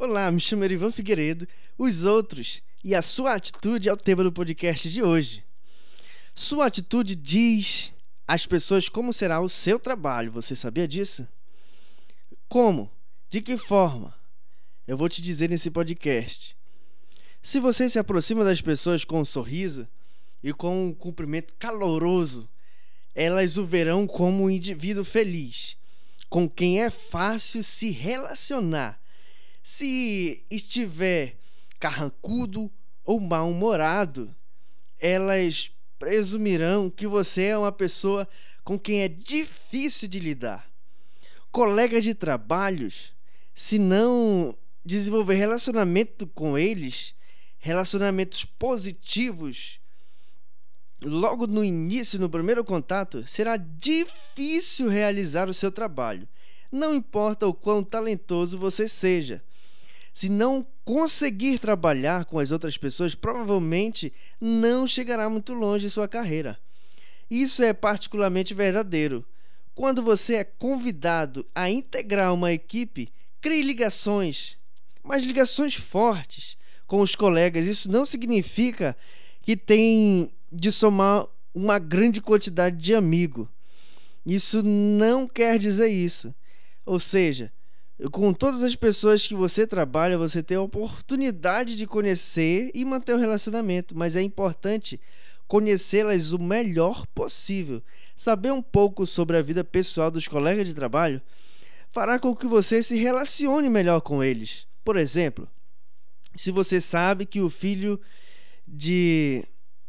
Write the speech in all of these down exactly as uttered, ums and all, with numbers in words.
Olá, me chamo Erivan Figueiredo, os outros e a sua atitude é o tema do podcast de hoje. Sua atitude diz às pessoas como será o seu trabalho, você sabia disso? Como? De que forma? Eu vou te dizer nesse podcast. Se você se aproxima das pessoas com um sorriso e com um cumprimento caloroso, elas o verão como um indivíduo feliz, com quem é fácil se relacionar. Se estiver carrancudo ou mal-humorado, elas presumirão que você é uma pessoa com quem é difícil de lidar. Colegas de trabalhos, se não desenvolver relacionamento com eles, relacionamentos positivos, logo no início, no primeiro contato, será difícil realizar o seu trabalho. Não importa o quão talentoso você seja. Se não conseguir trabalhar com as outras pessoas, provavelmente não chegará muito longe em sua carreira. Isso é particularmente verdadeiro. Quando você é convidado a integrar uma equipe, crie ligações, mas ligações fortes com os colegas. Isso não significa que tem de somar uma grande quantidade de amigos. Isso não quer dizer isso. Ou seja, com todas as pessoas que você trabalha, você tem a oportunidade de conhecer e manter um relacionamento, mas é importante conhecê-las o melhor possível. Saber um pouco sobre a vida pessoal dos colegas de trabalho fará com que você se relacione melhor com eles. Por exemplo, se você sabe que o filho de,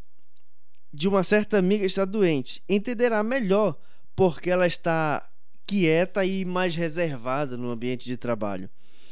de uma certa amiga está doente, entenderá melhor porque ela está quieta e mais reservada no ambiente de trabalho.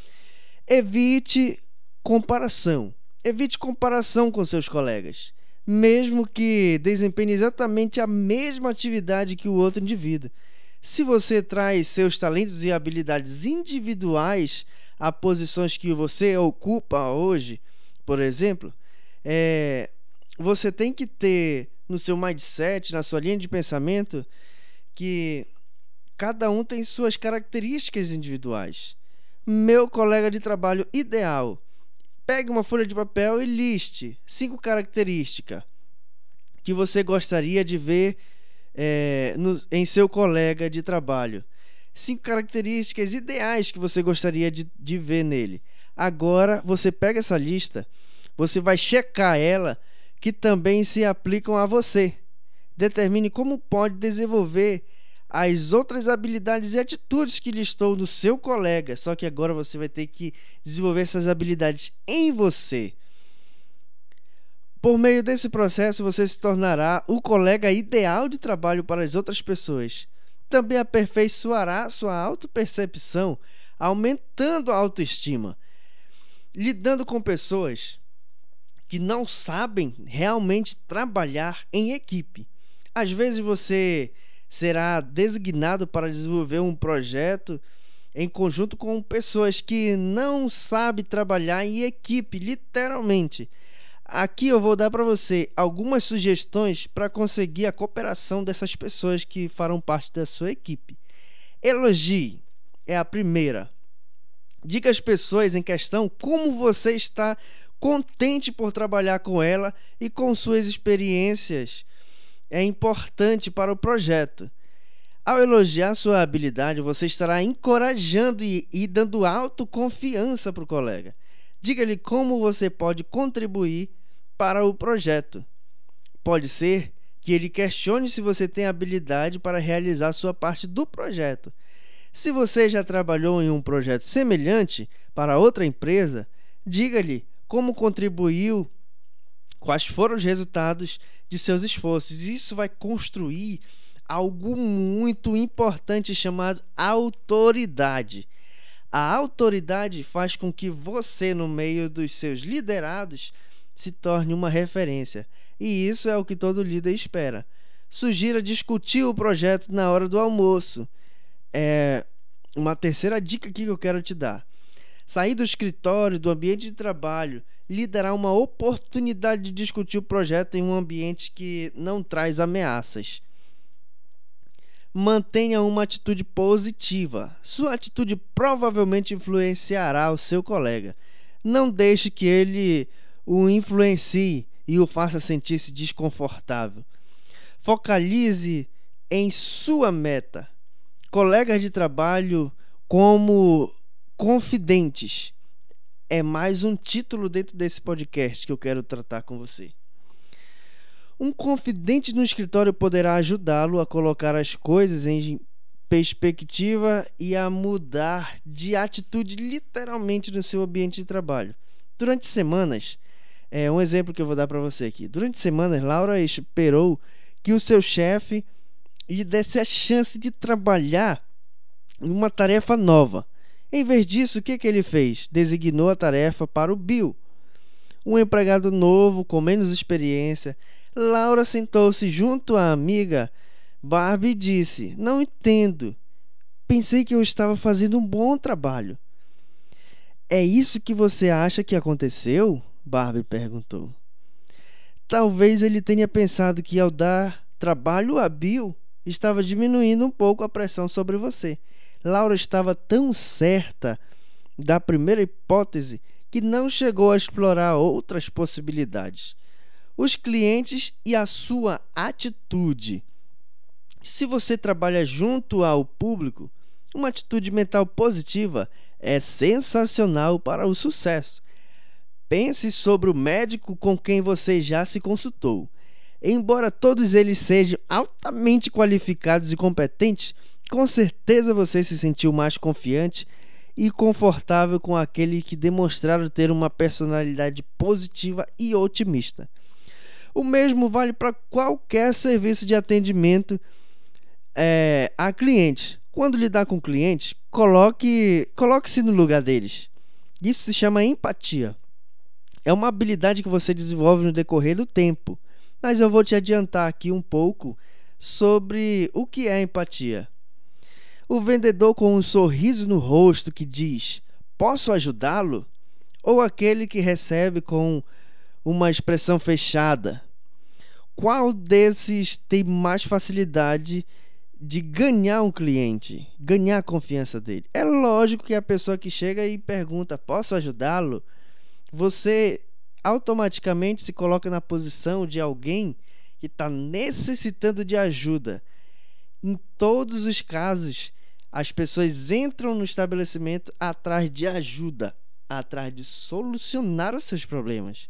Evite comparação. Evite comparação com seus colegas, mesmo que desempenhe exatamente a mesma atividade que o outro indivíduo. Se você traz seus talentos e habilidades individuais a posições que você ocupa hoje, por exemplo, é, você tem que ter no seu mindset, na sua linha de pensamento, que cada um tem suas características individuais. Meu colega de trabalho ideal. Pegue uma folha de papel e liste cinco características que você gostaria de ver é, no, em seu colega de trabalho. Cinco características ideais que você gostaria de, de ver nele. Agora, você pega essa lista, você vai checar ela, que também se aplicam a você. Determine como pode desenvolver as outras habilidades e atitudes que listou no seu colega, só que agora você vai ter que desenvolver essas habilidades em você. Por meio desse processo, você se tornará o colega ideal de trabalho para as outras pessoas. Também aperfeiçoará sua autopercepção, aumentando a autoestima. Lidando com pessoas que não sabem realmente trabalhar em equipe. Às vezes você será designado para desenvolver um projeto em conjunto com pessoas que não sabem trabalhar em equipe, literalmente. Aqui eu vou dar para você algumas sugestões para conseguir a cooperação dessas pessoas que farão parte da sua equipe. Elogie é a primeira. Diga às pessoas em questão como você está contente por trabalhar com ela e com suas experiências. É importante para o projeto. Ao elogiar sua habilidade, você estará encorajando e, e dando autoconfiança para o colega. Diga-lhe como você pode contribuir para o projeto. Pode ser que ele questione se você tem habilidade para realizar sua parte do projeto. Se você já trabalhou em um projeto semelhante para outra empresa, diga-lhe como contribuiu, quais foram os resultados de seus esforços. Isso vai construir algo muito importante chamado autoridade. A autoridade faz com que você, no meio dos seus liderados, se torne uma referência. E isso é o que todo líder espera. Sugira discutir o projeto na hora do almoço. É uma terceira dica aqui que eu quero te dar. Sair do escritório, do ambiente de trabalho, lhe dará uma oportunidade de discutir o projeto em um ambiente que não traz ameaças. Mantenha uma atitude positiva. Sua atitude provavelmente influenciará o seu colega. Não deixe que ele o influencie e o faça sentir-se desconfortável. Focalize em sua meta. Colegas de trabalho como confidentes. É mais um título dentro desse podcast que eu quero tratar com você. Um confidente no escritório poderá ajudá-lo a colocar as coisas em perspectiva e a mudar de atitude literalmente no seu ambiente de trabalho. Durante semanas, é um exemplo que eu vou dar para você aqui. Durante semanas, Laura esperou que o seu chefe lhe desse a chance de trabalhar em uma tarefa nova. Em vez disso, o que, que ele fez? Designou a tarefa para o Bill, um empregado novo com menos experiência. Laura sentou-se junto à amiga Barbie e disse: "Não entendo. Pensei que eu estava fazendo um bom trabalho." "É isso que você acha que aconteceu?" Barbie perguntou. "Talvez ele tenha pensado que ao dar trabalho a Bill, estava diminuindo um pouco a pressão sobre você." Laura estava tão certa da primeira hipótese que não chegou a explorar outras possibilidades. Os clientes e a sua atitude. Se você trabalha junto ao público, uma atitude mental positiva é sensacional para o sucesso. Pense sobre o médico com quem você já se consultou. Embora todos eles sejam altamente qualificados e competentes, com certeza você se sentiu mais confiante e confortável com aquele que demonstraram ter uma personalidade positiva e otimista. O mesmo vale para qualquer serviço de atendimento é, a clientes. Quando lidar com clientes, coloque, coloque-se no lugar deles. Isso se chama empatia. É uma habilidade que você desenvolve no decorrer do tempo. Mas eu vou te adiantar aqui um pouco sobre o que é empatia. O vendedor com um sorriso no rosto que diz: "Posso ajudá-lo?" Ou aquele que recebe com uma expressão fechada. Qual desses tem mais facilidade de ganhar um cliente, ganhar a confiança dele? É lógico que a pessoa que chega e pergunta: "Posso ajudá-lo?" Você automaticamente se coloca na posição de alguém que está necessitando de ajuda. Em todos os casos, as pessoas entram no estabelecimento atrás de ajuda, atrás de solucionar os seus problemas.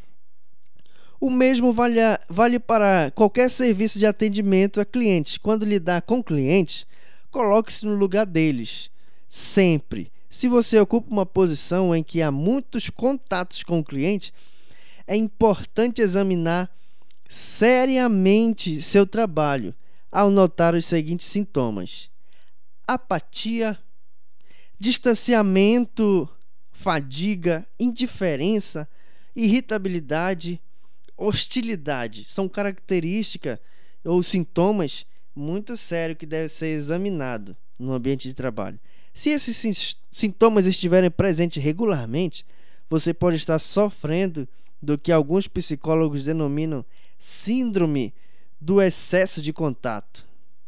O mesmo vale, a, vale para qualquer serviço de atendimento a clientes. Quando lidar com clientes, coloque-se no lugar deles. Sempre. Se você ocupa uma posição em que há muitos contatos com o cliente, é importante examinar seriamente seu trabalho ao notar os seguintes sintomas: apatia, distanciamento, fadiga, indiferença, irritabilidade, hostilidade. São características ou sintomas muito sérios que devem ser examinados no ambiente de trabalho. Se esses sintomas estiverem presentes regularmente, você pode estar sofrendo do que alguns psicólogos denominam síndrome do excesso de contato.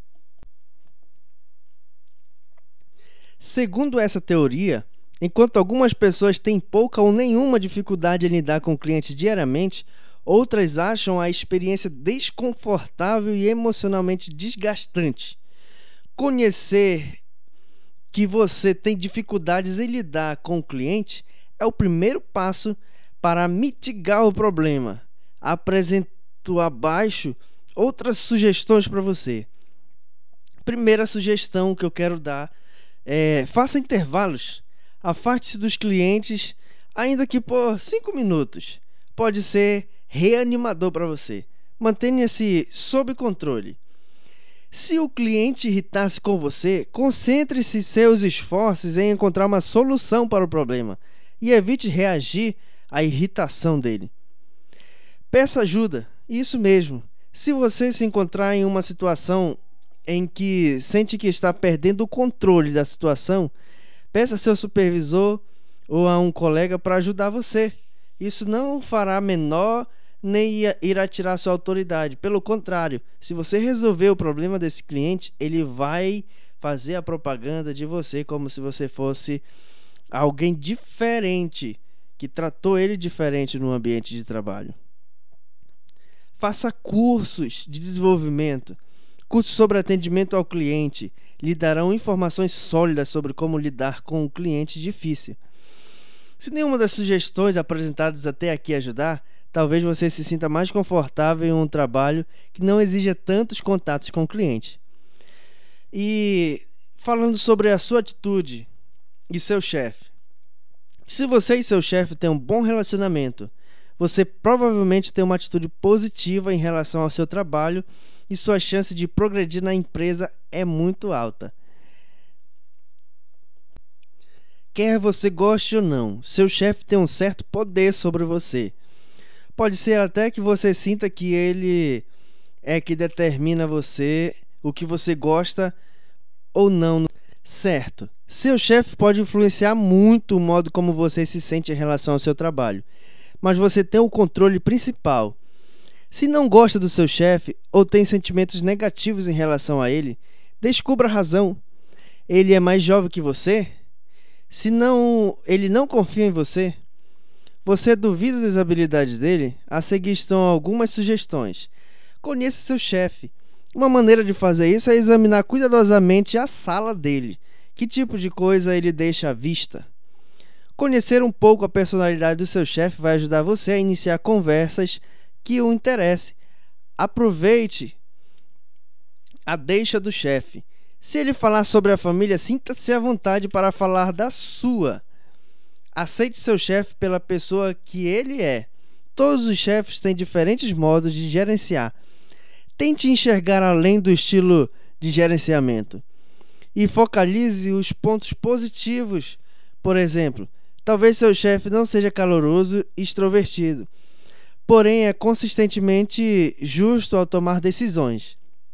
Segundo essa teoria, enquanto algumas pessoas têm pouca ou nenhuma dificuldade em lidar com clientes diariamente, outras acham a experiência desconfortável e emocionalmente desgastante. Conhecer que você tem dificuldades em lidar com o cliente é o primeiro passo para mitigar o problema. Apresento abaixo outras sugestões para você. Primeira sugestão que eu quero dar é: faça intervalos. Afaste-se dos clientes, ainda que por cinco minutos. Pode ser reanimador para você. Mantenha-se sob controle. Se o cliente irritar-se com você, concentre-se seus esforços em encontrar uma solução para o problema e evite reagir à irritação dele. Peça ajuda, isso mesmo. Se você se encontrar em uma situação em que sente que está perdendo o controle da situação, peça a seu supervisor ou a um colega para ajudar você. Isso não fará menor nem irá tirar sua autoridade. Pelo contrário, se você resolver o problema desse cliente, ele vai fazer a propaganda de você como se você fosse alguém diferente, que tratou ele diferente no ambiente de trabalho. Faça cursos de desenvolvimento, cursos sobre atendimento ao cliente, lhe darão informações sólidas sobre como lidar com um cliente difícil. Se nenhuma das sugestões apresentadas até aqui ajudar, talvez você se sinta mais confortável em um trabalho que não exija tantos contatos com o cliente. E falando sobre a sua atitude e seu chefe. Se você e seu chefe têm um bom relacionamento, você provavelmente tem uma atitude positiva em relação ao seu trabalho e sua chance de progredir na empresa é muito alta. Quer você goste ou não, seu chefe tem um certo poder sobre você. Pode ser até que você sinta que ele é que determina você, o que você gosta ou não. Certo, seu chefe pode influenciar muito o modo como você se sente em relação ao seu trabalho, mas você tem o controle principal. Se não gosta do seu chefe ou tem sentimentos negativos em relação a ele, descubra a razão. Ele é mais jovem que você? Se não, ele não confia em você? Você duvida das habilidades dele? A seguir estão algumas sugestões. Conheça seu chefe. Uma maneira de fazer isso é examinar cuidadosamente a sala dele. Que tipo de coisa ele deixa à vista? Conhecer um pouco a personalidade do seu chefe vai ajudar você a iniciar conversas que o interessem. Aproveite a deixa do chefe. Se ele falar sobre a família, sinta-se à vontade para falar da sua. Aceite seu chefe pela pessoa que ele é. Todos os chefes têm diferentes modos de gerenciar. Tente enxergar além do estilo de gerenciamento e focalize os pontos positivos. Por exemplo, talvez seu chefe não seja caloroso e extrovertido, porém é consistentemente justo ao tomar decisões.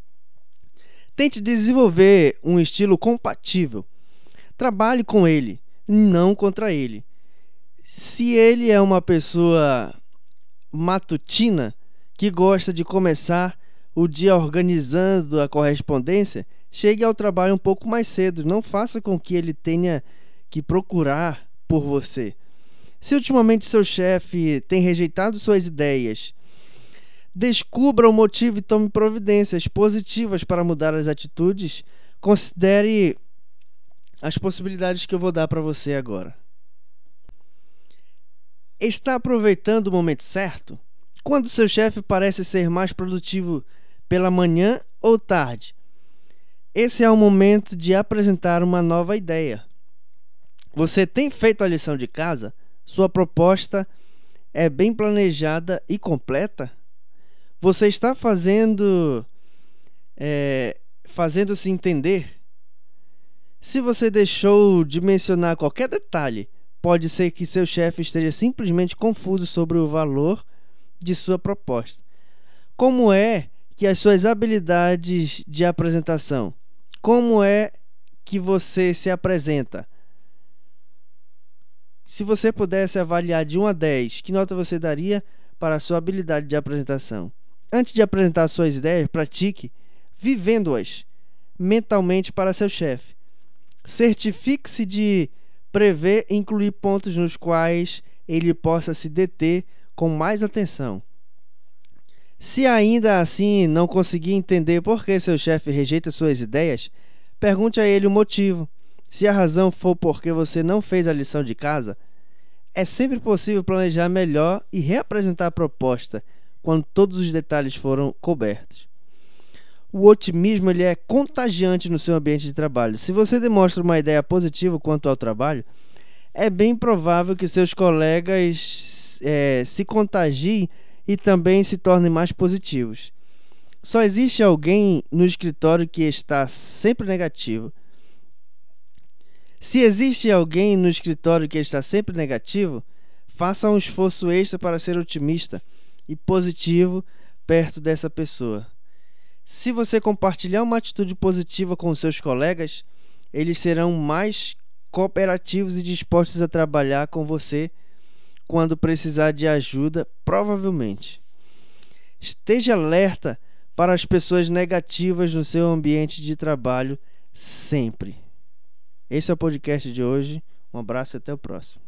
Tente desenvolver um estilo compatível. Trabalhe com ele, não contra ele. Se ele é uma pessoa matutina, que gosta de começar o dia organizando a correspondência, chegue ao trabalho um pouco mais cedo. Não faça com que ele tenha que procurar por você. Se ultimamente seu chefe tem rejeitado suas ideias, descubra o motivo e tome providências positivas para mudar as atitudes. Considere as possibilidades que eu vou dar para você agora. Está aproveitando o momento certo? Quando seu chefe parece ser mais produtivo pela manhã ou tarde? Esse é o momento de apresentar uma nova ideia. Você tem feito a lição de casa? Sua proposta é bem planejada e completa? Você está fazendo, é, fazendo-se entender? Se você deixou de mencionar qualquer detalhe, pode ser que seu chefe esteja simplesmente confuso sobre o valor de sua proposta. Como é que as suas habilidades de apresentação? Como é que você se apresenta? Se você pudesse avaliar de um a dez, que nota você daria para a sua habilidade de apresentação? Antes de apresentar suas ideias, pratique vivendo-as mentalmente para seu chefe. Certifique-se de prever e incluir pontos nos quais ele possa se deter com mais atenção. Se ainda assim não conseguir entender por que seu chefe rejeita suas ideias, pergunte a ele o motivo. Se a razão for porque você não fez a lição de casa, é sempre possível planejar melhor e reapresentar a proposta quando todos os detalhes foram cobertos. O otimismo ele é contagiante no seu ambiente de trabalho. Se você demonstra uma ideia positiva quanto ao trabalho, é bem provável que seus colegas é, se contagiem e também se tornem mais positivos. Só existe alguém no escritório que está sempre negativo. Se existe alguém no escritório que está sempre negativo, faça um esforço extra para ser otimista e positivo perto dessa pessoa. Se você compartilhar uma atitude positiva com seus colegas, eles serão mais cooperativos e dispostos a trabalhar com você quando precisar de ajuda, provavelmente. Esteja alerta para as pessoas negativas no seu ambiente de trabalho sempre. Esse é o podcast de hoje. Um abraço e até o próximo.